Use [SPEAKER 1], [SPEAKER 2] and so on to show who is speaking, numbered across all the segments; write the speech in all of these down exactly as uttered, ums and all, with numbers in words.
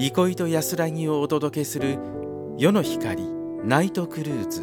[SPEAKER 1] 憩いと安らぎをお届けする夜の光ナイトクルーズ。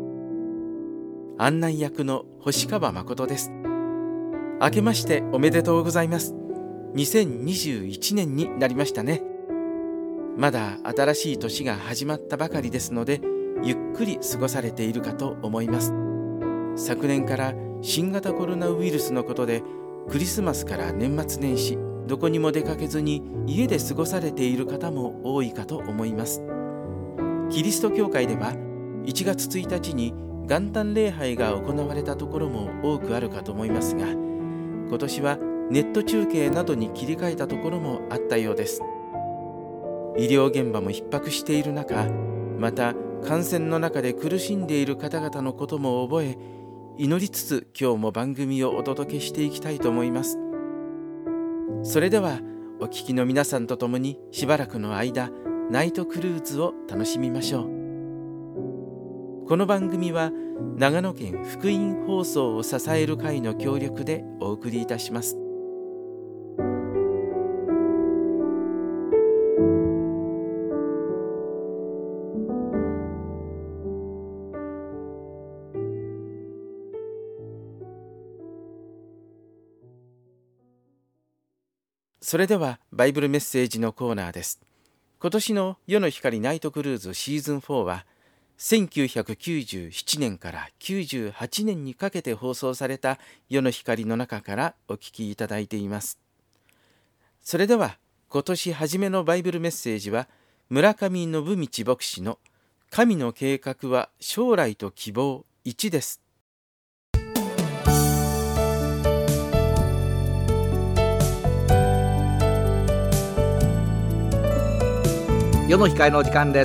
[SPEAKER 1] 案内役の星川誠です。明けましておめでとうございます。にせんにじゅういちねんになりましたね。まだ新しい年が始まったばかりですので、ゆっくり過ごされているかと思います。昨年から新型コロナウイルスのことで、クリスマスから年末年始、どこにも出かけずに家で過ごされている方も多いかと思います。キリスト教会ではいちがつついたちに元旦礼拝が行われたところも多くあるかと思いますが、今年はネット中継などに切り替えたところもあったようです。医療現場も逼迫している中、また感染の中で苦しんでいる方々のことも覚え、祈りつつ今日も番組をお届けしていきたいと思います。それではお聞きの皆さんと共にしばらくの間、ナイトクルーズを楽しみましょう。この番組は長野県福音放送を支える会の協力でお送りいたします。それではバイブルメッセージのコーナーです。今年の夜の光ナイトクルーズシーズンフォーはせんきゅうひゃくきゅうじゅうななねんからきゅうじゅうはちねんにかけて放送された夜の光の中からお聞きいただいています。それでは今年初めのバイブルメッセージは村上信道牧師の神の計画は将来と希望いちです。
[SPEAKER 2] 夜の光のお時間です。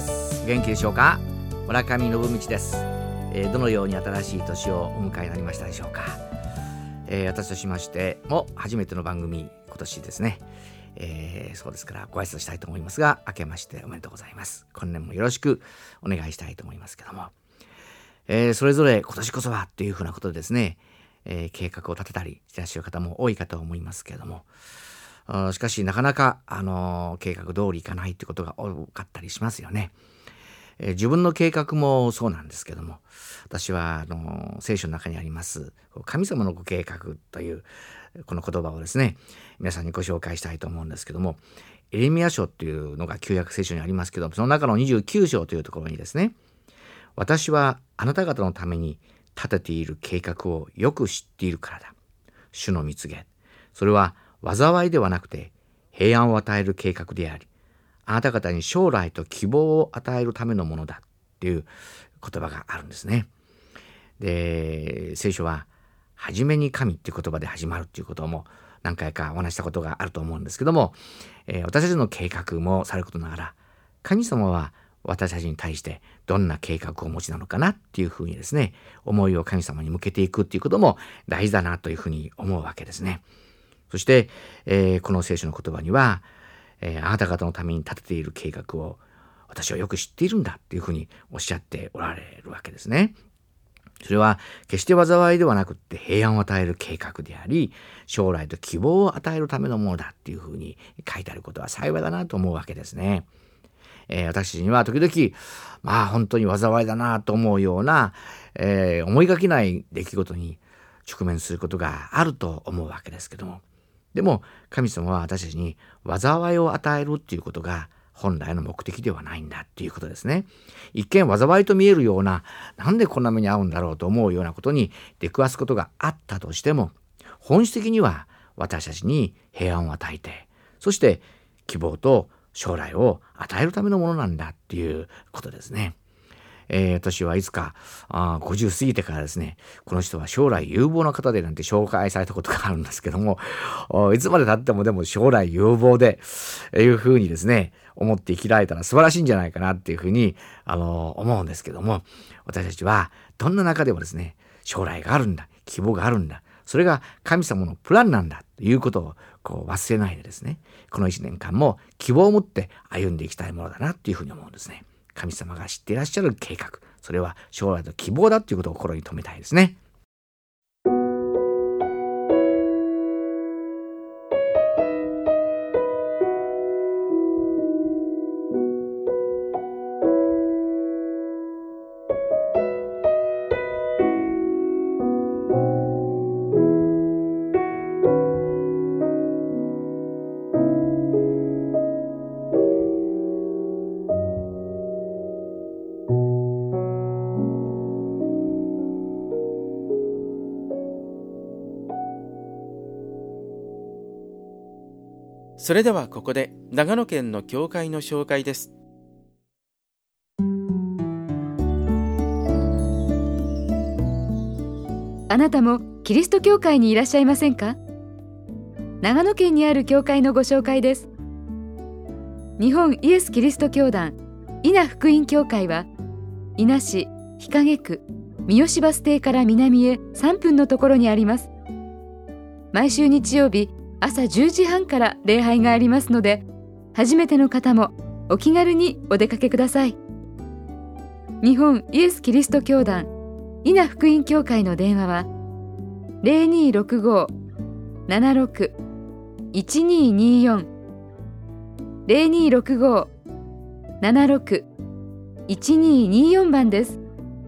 [SPEAKER 2] 元気でしょうか。村上信道です、えー、どのように新しい年をお迎えになりましたでしょうか。えー、私としましても初めての番組、今年ですね、えー、そうですからご挨拶したいと思いますが、明けましておめでとうございます。今年もよろしくお願いしたいと思いますけども、えー、それぞれ今年こそはっていうふうなことでですね、えー、計画を立てたりしてらっしゃる方も多いかと思いますけども、しかしなかなか、あのー、計画通りいかないということが多かったりしますよね。えー、自分の計画もそうなんですけども、私はあのー、聖書の中にあります神様のご計画というこの言葉をですね、皆さんにご紹介したいと思うんですけども、エレミヤ書というのが旧約聖書にありますけども、その中のにじゅうきゅう章というところにですね、私はあなた方のために立てている計画をよく知っているからだ。主の蜜げ、それは災いではなくて平安を与える計画であり、あなた方に将来と希望を与えるためのものだっていう言葉があるんですね。で、聖書は初めに神っていう言葉で始まるっていうことも何回かお話したことがあると思うんですけども、えー、私たちの計画もさることながら、神様は私たちに対してどんな計画をお持ちなのかなっていうふうにですね、思いを神様に向けていくっていうことも大事だなというふうに思うわけですね。そして、えー、この聖書の言葉には、えー、あなた方のために立てている計画を私はよく知っているんだっていうふうにおっしゃっておられるわけですね。それは決して災いではなくって平安を与える計画であり、将来と希望を与えるためのものだっていうふうに書いてあることは幸いだなと思うわけですね。えー、私には時々まあ本当に災いだなと思うような、えー、思いがけない出来事に直面することがあると思うわけですけども、でも神様は私たちに災いを与えるっていうことが本来の目的ではないんだっていうことですね。一見災いと見えるような、なんでこんな目に遭うんだろうと思うようなことに出くわすことがあったとしても、本質的には私たちに平安を与えて、そして希望と将来を与えるためのものなんだっていうことですね。えー、私はいつかあごじゅう過ぎてからですね、この人は将来有望な方でなんて紹介されたことがあるんですけども、いつまで経ってもでも将来有望でいうふうにですね思って生きられたら素晴らしいんじゃないかなっていうふうにあの思うんですけども、私たちはどんな中でもですね、将来があるんだ、希望があるんだ、それが神様のプランなんだということをこう忘れないでですね、このいちねんかんも希望を持って歩んでいきたいものだなっていうふうに思うんですね。神様が知っていらっしゃる計画、それは将来と希望だということを心に留めたいですね。
[SPEAKER 1] それではここで長野県の教会の紹介です。
[SPEAKER 3] あなたもキリスト教会にいらっしゃいませんか？長野県にある教会のご紹介です。日本イエス・キリスト教団伊那福音教会は、伊那市日影区三好バス停から南へさんぷんのところにあります。毎週日曜日朝じゅうじはんから礼拝がありますので、初めての方もお気軽にお出かけください。日本イエス・キリスト教団伊那福音教会の電話は ゼロにーろくごー ななろく いちにーにーよん ゼロにーろくごー ななろく いちにーにーよん 番です。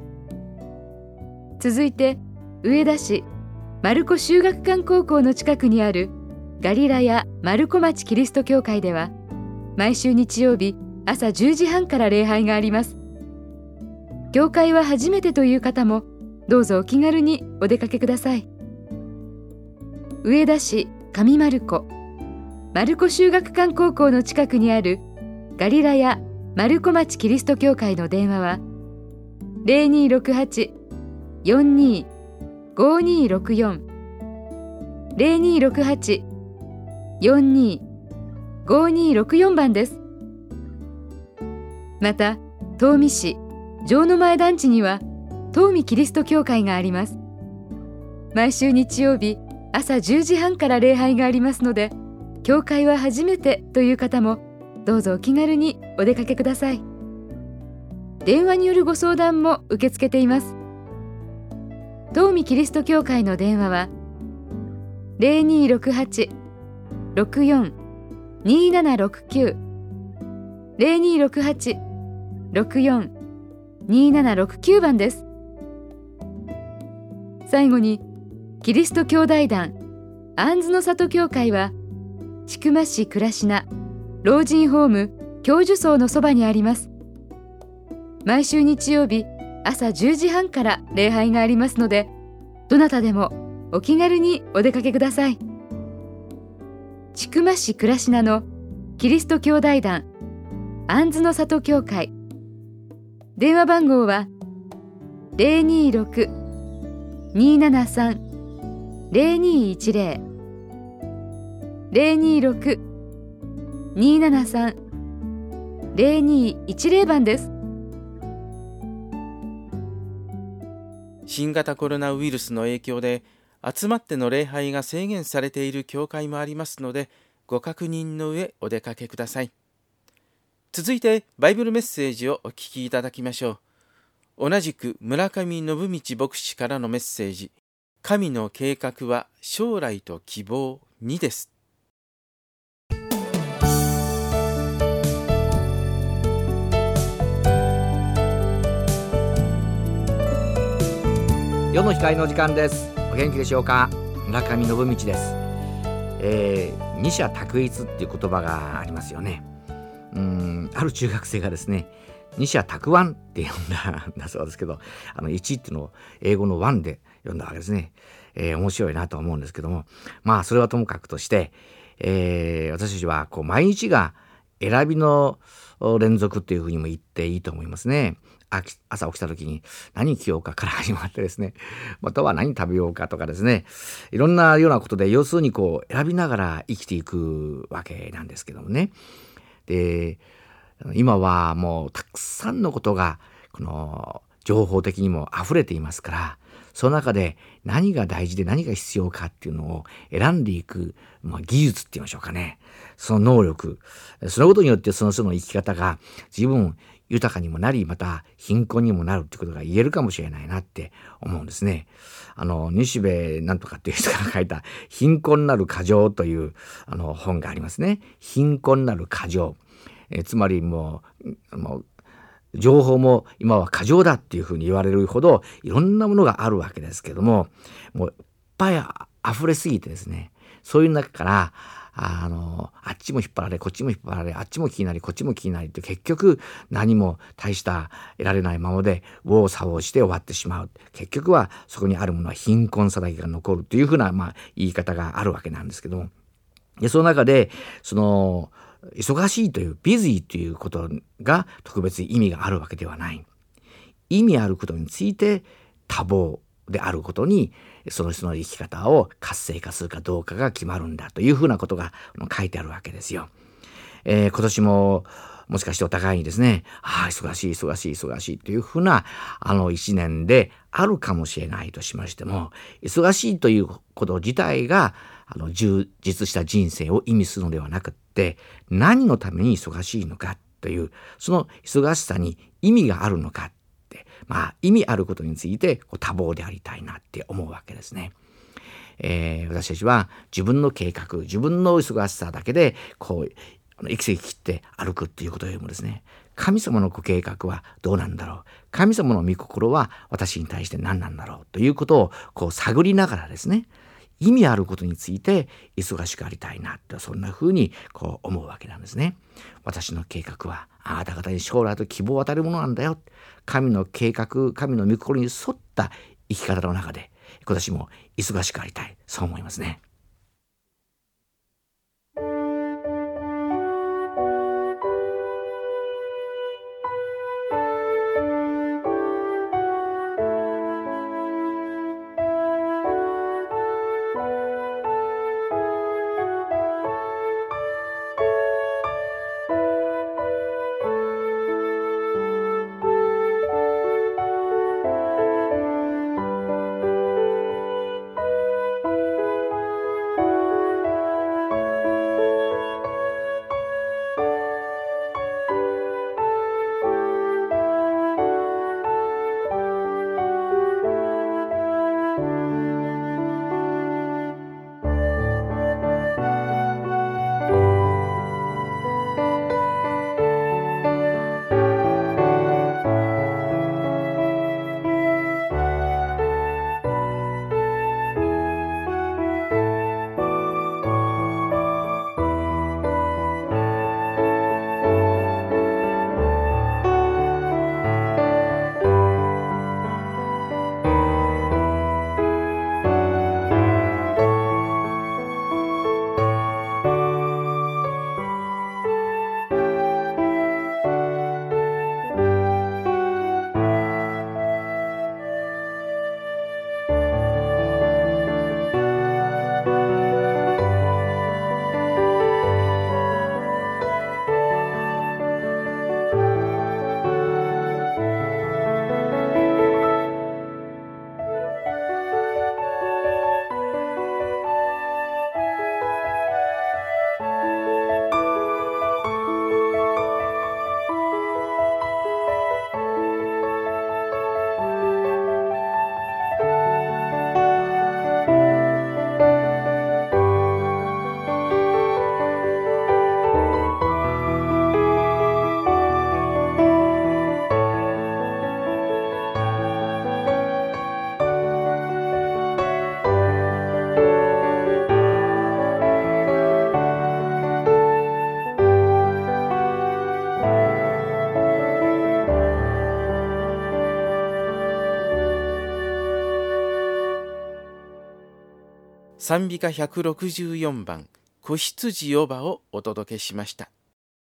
[SPEAKER 3] 続いて上田市丸子修学館高校の近くにあるガリラヤ丸子町キリスト教会では、毎週日曜日朝じゅうじはんから礼拝があります。教会は初めてという方もどうぞお気軽にお出かけください。上田市上丸子丸子修学館高校の近くにあるガリラヤ丸子町キリスト教会の電話は ゼロにーろくはち よんにー ごにーろくよん ゼロにーろくはち よんにー ごにーろくよん 番です。また東御市城の前団地には東御キリスト教会があります。毎週日曜日朝じゅうじはんから礼拝がありますので、教会は初めてという方もどうぞお気軽にお出かけください。電話によるご相談も受け付けています。東御キリスト教会の電話は ゼロにーろくはち ろくよん にーななろくきゅう ゼロにーろくはち ろくよん にーななろくきゅう 番です。最後にキリスト教大団杏の里教会は、千曲市倉科老人ホーム教授層のそばにあります。毎週日曜日朝じゅうじはんから礼拝がありますので、どなたでもお気軽にお出かけください。千曲市倉科のキリスト教大団杏の里教会、電話番号は ゼロにーろく にーななさん ゼロにーいちゼロ ゼロにーろく にーななさん ゼロにーいちゼロ 番です。
[SPEAKER 1] 新型コロナウイルスの影響で集まっての礼拝が制限されている教会もありますので、ご確認の上お出かけください。続いてバイブルメッセージをお聞きいただきましょう。同じく村上信道牧師からのメッセージ、神の計画は将来と希望にです。
[SPEAKER 2] 世の光の時間です。お元気でしょうか？村上信道です。えー、二者択一っていう言葉がありますよね。うーんある中学生がですね、二者択ワンって呼んだんだそうですけど、あのいちっていうのを英語のワンで読んだわけですね。えー、面白いなと思うんですけども、まあそれはともかくとして、えー、私たちはこう毎日が選びの連続っていうふうにも言っていいと思いますね。朝起きた時に何着ようかから始まってですね、または何食べようかとかですね、いろんなようなことで要するにこう選びながら生きていくわけなんですけどもね。で、今はもうたくさんのことがこの情報的にも溢れていますから、その中で何が大事で何が必要かっていうのを選んでいく、まあ、技術って言いましょうかね。その能力、そのことによってその人の生き方が自分豊かにもなり、また貧困にもなるってことが言えるかもしれないなって思うんですね。あの西部なんとかっていう人が書いた貧困なる過剰というあの本がありますね。貧困なる過剰、えつまりもう、もう情報も今は過剰だっていうふうに言われるほどいろんなものがあるわけですけども、もういっぱい溢れすぎてですね、そういう中からあのあっちも引っ張られこっちも引っ張られ、あっちも気になりこっちも気になりって、結局何も大した得られないままで右往左往して終わってしまう。結局はそこにあるものは貧困さだけが残るというふうな、まあ、言い方があるわけなんですけども、 でその中でその忙しいというビジーということが特別に意味があるわけではない。意味あることについて多忙であることにその人の生き方を活性化するかどうかが決まるんだというふうなことが書いてあるわけですよ。えー、今年ももしかしてお互いにですね、ああ忙しい忙しい忙しいというふうなあの一年であるかもしれないとしましても、忙しいということ自体があの充実した人生を意味するのではなくって、何のために忙しいのかというその忙しさに意味があるのかって、まあ意味あることについてこう多忙でありたいなって思うわけですね。えー、私たちは自分の計画、自分の忙しさだけでこう息せき切って歩くっていうことよりもですね、神様のご計画はどうなんだろう、神様の御心は私に対して何なんだろうということをこう探りながらですね、意味あることについて忙しくありたいなと、そんな風にこう思うわけなんですね。私の計画はあなた方に将来と希望を与えるものなんだよ。神の計画、神の御心に沿った生き方の中で今年も忙しくありたい、そう思いますね。
[SPEAKER 1] 賛美歌ひゃくろくじゅうよんばん子羊よばをお届けしました。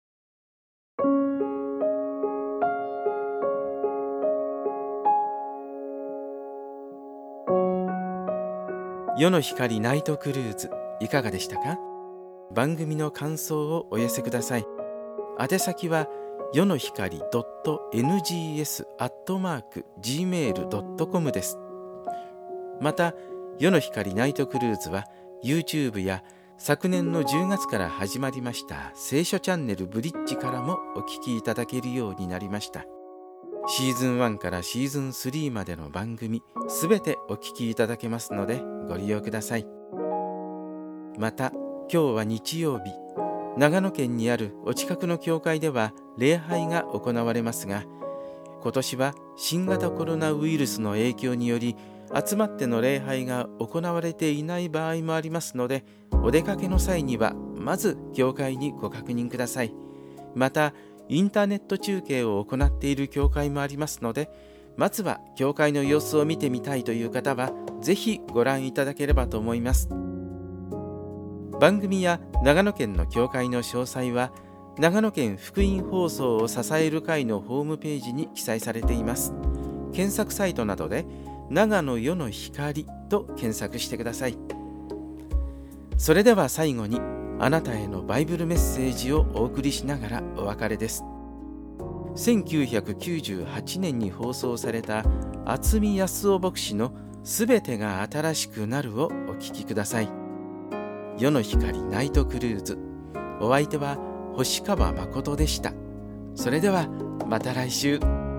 [SPEAKER 1] 夜の光ナイトクルーズいかがでしたか？番組の感想をお寄せください。宛先は夜の光 エヌジーエス アットマーク ジーメール ドットコム です。また夜の光ナイトクルーズは YouTube や昨年のじゅうがつから始まりました聖書チャンネルブリッジからもお聞きいただけるようになりました。シーズンワンからシーズンスリーまでの番組すべてお聞きいただけますのでご利用ください。また今日は日曜日、長野県にあるお近くの教会では礼拝が行われますが、今年は新型コロナウイルスの影響により集まっての礼拝が行われていない場合もありますので、お出かけの際にはまず教会にご確認ください。またインターネット中継を行っている教会もありますので、まずは教会の様子を見てみたいという方はぜひご覧いただければと思います。 番組や長野県の教会の詳細は長野県福音放送を支える会のホームページに記載されています。検索サイトなどで長野世の光と検索してください。それでは最後にあなたへのバイブルメッセージをお送りしながらお別れです。せんきゅうひゃくきゅうじゅうはちねんに放送された渥美康夫牧師のすべてが新しくなるをお聞きください。世の光ナイトクルーズ、お相手は星川誠でした。それではまた来週。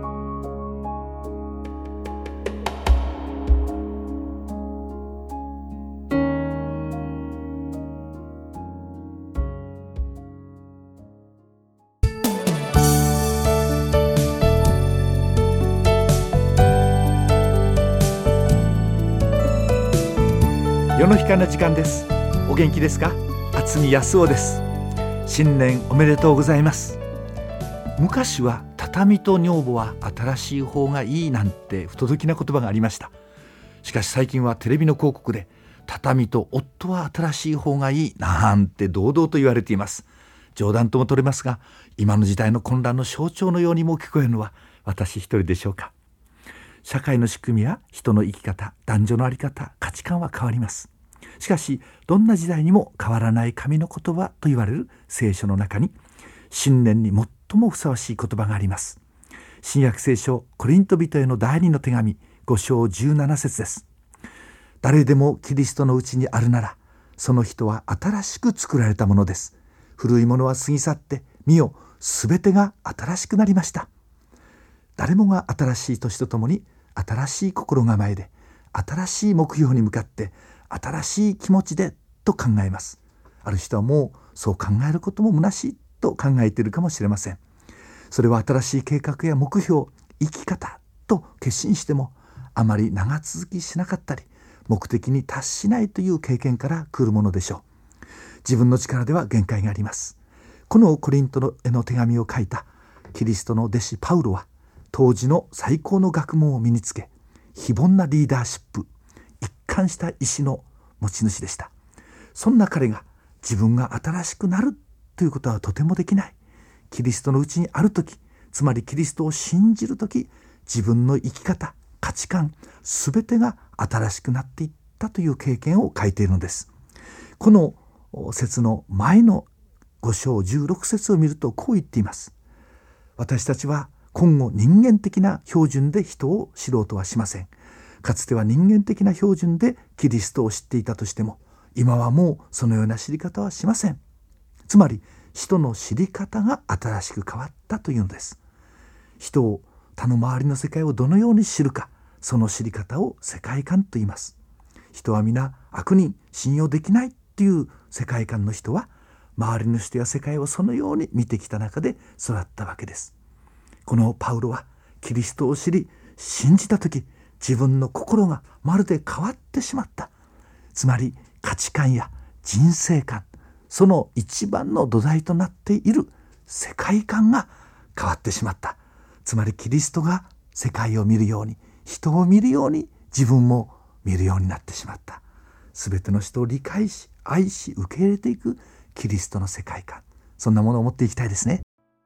[SPEAKER 4] 世の光の時間です。お元気ですか？渥美康夫です。新年おめでとうございます。昔は畳と女房は新しい方がいいなんて不届きな言葉がありました。しかし最近はテレビの広告で畳と夫は新しい方がいいなんて堂々と言われています。冗談とも取れますが、今の時代の混乱の象徴のようにも聞こえるのは私一人でしょうか。社会の仕組みや人の生き方、男女の在り方、価値観は変わります。しかしどんな時代にも変わらない神の言葉と言われる聖書の中に、新年に最もふさわしい言葉があります。新約聖書コリント人への第二の手紙ご章じゅうなな節です。誰でもキリストのうちにあるなら、その人は新しく作られたものです。古いものは過ぎ去って、見よ、すべてが新しくなりました。誰もが新しい年とともに新しい心構えで、新しい目標に向かって新しい気持ちでと考えます。ある人はもうそう考えることも虚しいと考えているかもしれません。それは新しい計画や目標、生き方と決心してもあまり長続きしなかったり、目的に達しないという経験から来るものでしょう。自分の力では限界があります。このコリントへの手紙を書いたキリストの弟子パウロは、当時の最高の学問を身につけ、非凡なリーダーシップ、一貫した意志の持ち主でした。そんな彼が自分が新しくなるということはとてもできない。キリストのうちにあるとき、つまりキリストを信じるとき、自分の生き方、価値観、すべてが新しくなっていったという経験を書いているのです。この節の前のご章じゅうろく節を見るとこう言っています。私たちは今後人間的な標準で人を知ろうとはしません。かつては人間的な標準でキリストを知っていたとしても、今はもうそのような知り方はしません。つまり人の知り方が新しく変わったというのです。人を、他の周りの世界をどのように知るか、その知り方を世界観と言います。人は皆悪人、信用できないという世界観の人は、周りの人や世界をそのように見てきた中で育ったわけです。このパウロはキリストを知り信じたとき、自分の心がまるで変わってしまった。つまり価値観や人生観、その一番の土台となっている世界観が変わってしまった。つまりキリストが世界を見るように、人を見るように、自分も見るようになってしまった。すべての人を理解し、愛し、受け入れていくキリストの世界観、そんなものを持っていきたいですね。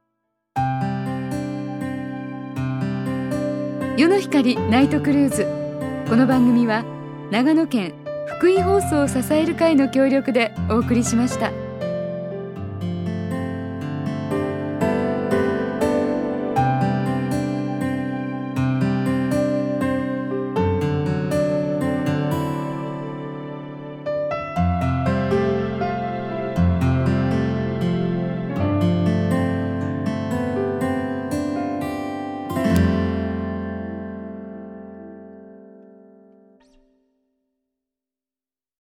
[SPEAKER 3] 世の光ナイトクルーズ。この番組は長野県福音放送を支える会の協力でお送りしました。